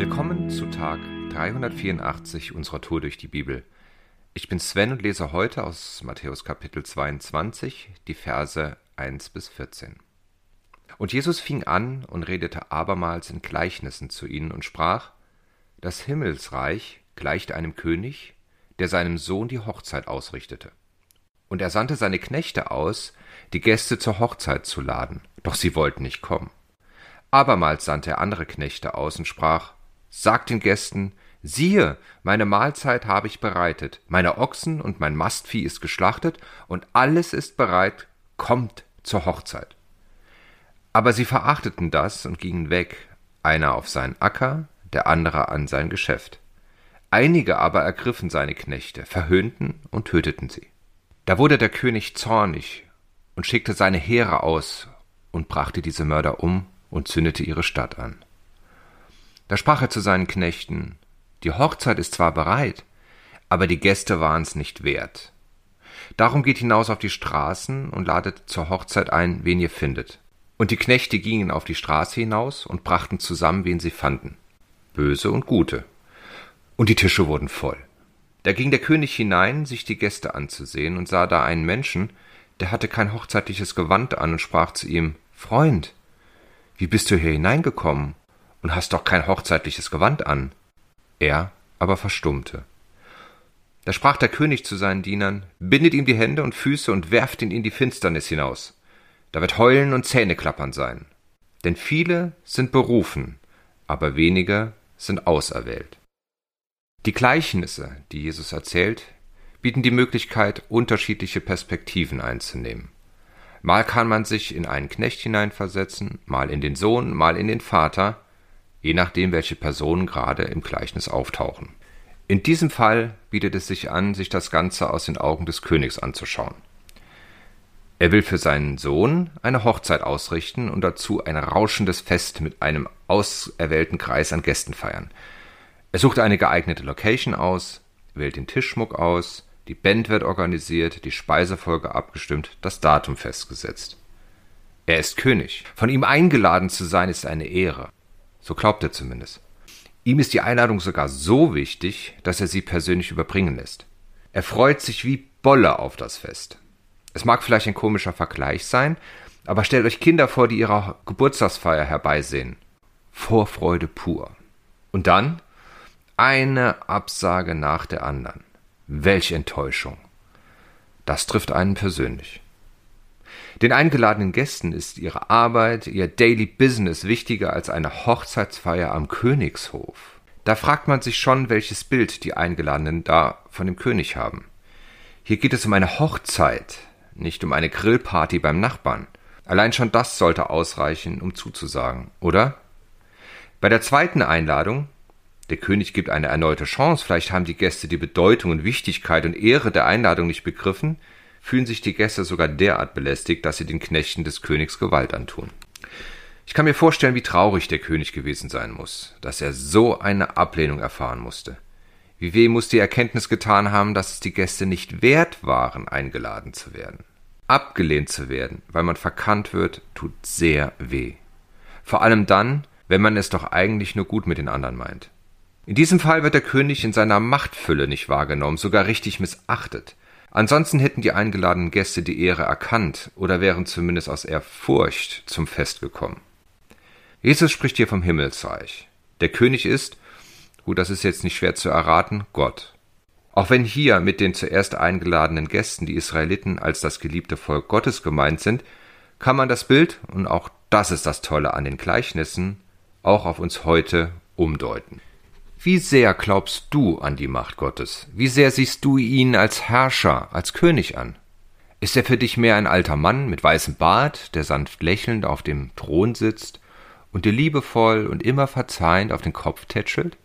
Willkommen zu Tag 384 unserer Tour durch die Bibel. Ich bin Sven und lese heute aus Matthäus Kapitel 22 die Verse 1 bis 14. Und Jesus fing an und redete abermals in Gleichnissen zu ihnen und sprach: Das Himmelsreich gleicht einem König, der seinem Sohn die Hochzeit ausrichtete. Und er sandte seine Knechte aus, die Gäste zur Hochzeit zu laden, doch sie wollten nicht kommen. Abermals sandte er andere Knechte aus und sprach: Sagt den Gästen: Siehe, meine Mahlzeit habe ich bereitet, meine Ochsen und mein Mastvieh ist geschlachtet und alles ist bereit, kommt zur Hochzeit. Aber sie verachteten das und gingen weg, einer auf seinen Acker, der andere an sein Geschäft. Einige aber ergriffen seine Knechte, verhöhnten und töteten sie. Da wurde der König zornig und schickte seine Heere aus und brachte diese Mörder um und zündete ihre Stadt an. Da sprach er zu seinen Knechten: Die Hochzeit ist zwar bereit, aber die Gäste waren's nicht wert. Darum geht hinaus auf die Straßen und ladet zur Hochzeit ein, wen ihr findet. Und die Knechte gingen auf die Straße hinaus und brachten zusammen, wen sie fanden, Böse und Gute. Und die Tische wurden voll. Da ging der König hinein, sich die Gäste anzusehen, und sah da einen Menschen, der hatte kein hochzeitliches Gewand an, und sprach zu ihm: Freund, wie bist du hier hineingekommen und hast doch kein hochzeitliches Gewand an? Er aber verstummte. Da sprach der König zu seinen Dienern: Bindet ihm die Hände und Füße und werft ihn in die Finsternis hinaus. Da wird Heulen und Zähneklappern sein. Denn viele sind berufen, aber wenige sind auserwählt. Die Gleichnisse, die Jesus erzählt, bieten die Möglichkeit, unterschiedliche Perspektiven einzunehmen. Mal kann man sich in einen Knecht hineinversetzen, mal in den Sohn, mal in den Vater, je nachdem, welche Personen gerade im Gleichnis auftauchen. In diesem Fall bietet es sich an, sich das Ganze aus den Augen des Königs anzuschauen. Er will für seinen Sohn eine Hochzeit ausrichten und dazu ein rauschendes Fest mit einem auserwählten Kreis an Gästen feiern. Er sucht eine geeignete Location aus, wählt den Tischschmuck aus, die Band wird organisiert, die Speisefolge abgestimmt, das Datum festgesetzt. Er ist König. Von ihm eingeladen zu sein, ist eine Ehre. So glaubt er zumindest. Ihm ist die Einladung sogar so wichtig, dass er sie persönlich überbringen lässt. Er freut sich wie Bolle auf das Fest. Es mag vielleicht ein komischer Vergleich sein, aber stellt euch Kinder vor, die ihre Geburtstagsfeier herbeisehen. Vorfreude pur. Und dann eine Absage nach der anderen. Welch Enttäuschung. Das trifft einen persönlich. Den eingeladenen Gästen ist ihre Arbeit, ihr Daily Business wichtiger als eine Hochzeitsfeier am Königshof. Da fragt man sich schon, welches Bild die Eingeladenen da von dem König haben. Hier geht es um eine Hochzeit, nicht um eine Grillparty beim Nachbarn. Allein schon das sollte ausreichen, um zuzusagen, oder? Bei der zweiten Einladung: Der König gibt eine erneute Chance, vielleicht haben die Gäste die Bedeutung und Wichtigkeit und Ehre der Einladung nicht begriffen, fühlen sich die Gäste sogar derart belästigt, dass sie den Knechten des Königs Gewalt antun. Ich kann mir vorstellen, wie traurig der König gewesen sein muss, dass er so eine Ablehnung erfahren musste. Wie weh muss die Erkenntnis getan haben, dass es die Gäste nicht wert waren, eingeladen zu werden. Abgelehnt zu werden, weil man verkannt wird, tut sehr weh. Vor allem dann, wenn man es doch eigentlich nur gut mit den anderen meint. In diesem Fall wird der König in seiner Machtfülle nicht wahrgenommen, sogar richtig missachtet. Ansonsten hätten die eingeladenen Gäste die Ehre erkannt oder wären zumindest aus Ehrfurcht zum Fest gekommen. Jesus spricht hier vom Himmelsreich. Der König ist, das ist jetzt nicht schwer zu erraten, Gott. Auch wenn hier mit den zuerst eingeladenen Gästen die Israeliten als das geliebte Volk Gottes gemeint sind, kann man das Bild, und auch das ist das Tolle an den Gleichnissen, auch auf uns heute umdeuten. Wie sehr glaubst du an die Macht Gottes? Wie sehr siehst du ihn als Herrscher, als König an? Ist er für dich mehr ein alter Mann mit weißem Bart, der sanft lächelnd auf dem Thron sitzt und dir liebevoll und immer verzeihend auf den Kopf tätschelt?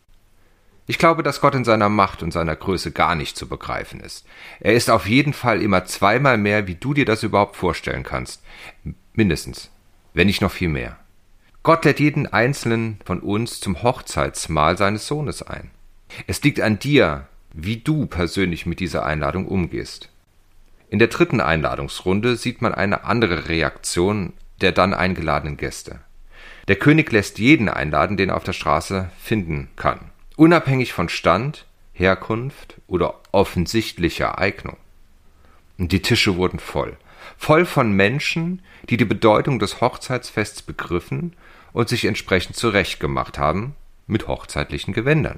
Ich glaube, dass Gott in seiner Macht und seiner Größe gar nicht zu begreifen ist. Er ist auf jeden Fall immer zweimal mehr, wie du dir das überhaupt vorstellen kannst. Mindestens, wenn nicht noch viel mehr. Gott lädt jeden Einzelnen von uns zum Hochzeitsmahl seines Sohnes ein. Es liegt an dir, wie du persönlich mit dieser Einladung umgehst. In der dritten Einladungsrunde sieht man eine andere Reaktion der dann eingeladenen Gäste. Der König lässt jeden einladen, den er auf der Straße finden kann, unabhängig von Stand, Herkunft oder offensichtlicher Eignung. Und die Tische wurden voll. Voll von Menschen, die die Bedeutung des Hochzeitsfests begriffen und sich entsprechend zurechtgemacht haben mit hochzeitlichen Gewändern.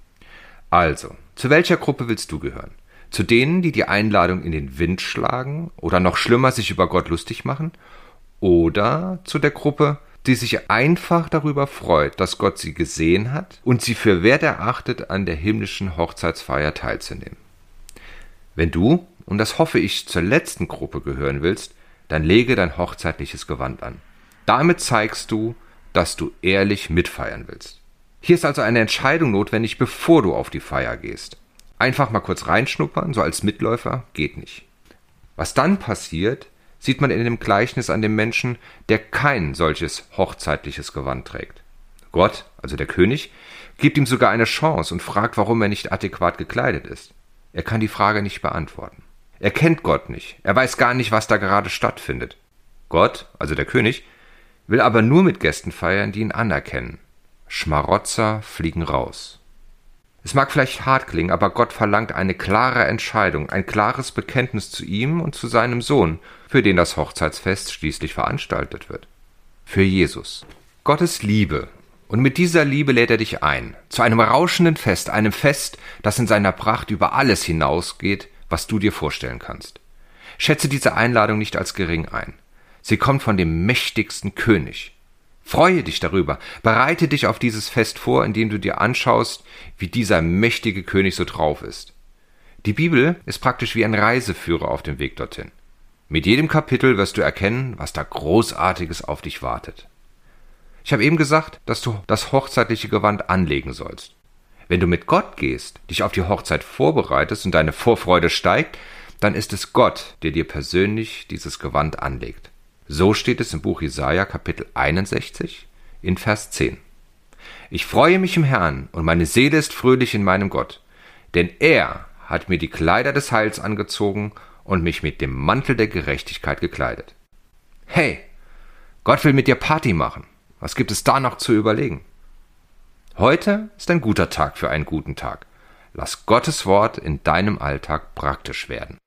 Also, zu welcher Gruppe willst du gehören? Zu denen, die die Einladung in den Wind schlagen oder noch schlimmer sich über Gott lustig machen? Oder zu der Gruppe, die sich einfach darüber freut, dass Gott sie gesehen hat und sie für wert erachtet, an der himmlischen Hochzeitsfeier teilzunehmen? Wenn du, und das hoffe ich, zur letzten Gruppe gehören willst, dann lege dein hochzeitliches Gewand an. Damit zeigst du, dass du ehrlich mitfeiern willst. Hier ist also eine Entscheidung notwendig, bevor du auf die Feier gehst. Einfach mal kurz reinschnuppern, so als Mitläufer, geht nicht. Was dann passiert, sieht man in dem Gleichnis an dem Menschen, der kein solches hochzeitliches Gewand trägt. Gott, also der König, gibt ihm sogar eine Chance und fragt, warum er nicht adäquat gekleidet ist. Er kann die Frage nicht beantworten. Er kennt Gott nicht. Er weiß gar nicht, was da gerade stattfindet. Gott, also der König, will aber nur mit Gästen feiern, die ihn anerkennen. Schmarotzer fliegen raus. Es mag vielleicht hart klingen, aber Gott verlangt eine klare Entscheidung, ein klares Bekenntnis zu ihm und zu seinem Sohn, für den das Hochzeitsfest schließlich veranstaltet wird. Für Jesus. Gott ist Liebe. Und mit dieser Liebe lädt er dich ein. Zu einem rauschenden Fest, einem Fest, das in seiner Pracht über alles hinausgeht, was du dir vorstellen kannst. Schätze diese Einladung nicht als gering ein. Sie kommt von dem mächtigsten König. Freue dich darüber. Bereite dich auf dieses Fest vor, indem du dir anschaust, wie dieser mächtige König so drauf ist. Die Bibel ist praktisch wie ein Reiseführer auf dem Weg dorthin. Mit jedem Kapitel wirst du erkennen, was da Großartiges auf dich wartet. Ich habe eben gesagt, dass du das hochzeitliche Gewand anlegen sollst. Wenn du mit Gott gehst, dich auf die Hochzeit vorbereitest und deine Vorfreude steigt, dann ist es Gott, der dir persönlich dieses Gewand anlegt. So steht es im Buch Jesaja, Kapitel 61, in Vers 10. Ich freue mich im Herrn und meine Seele ist fröhlich in meinem Gott, denn er hat mir die Kleider des Heils angezogen und mich mit dem Mantel der Gerechtigkeit gekleidet. Hey, Gott will mit dir Party machen. Was gibt es da noch zu überlegen? Heute ist ein guter Tag für einen guten Tag. Lass Gottes Wort in deinem Alltag praktisch werden.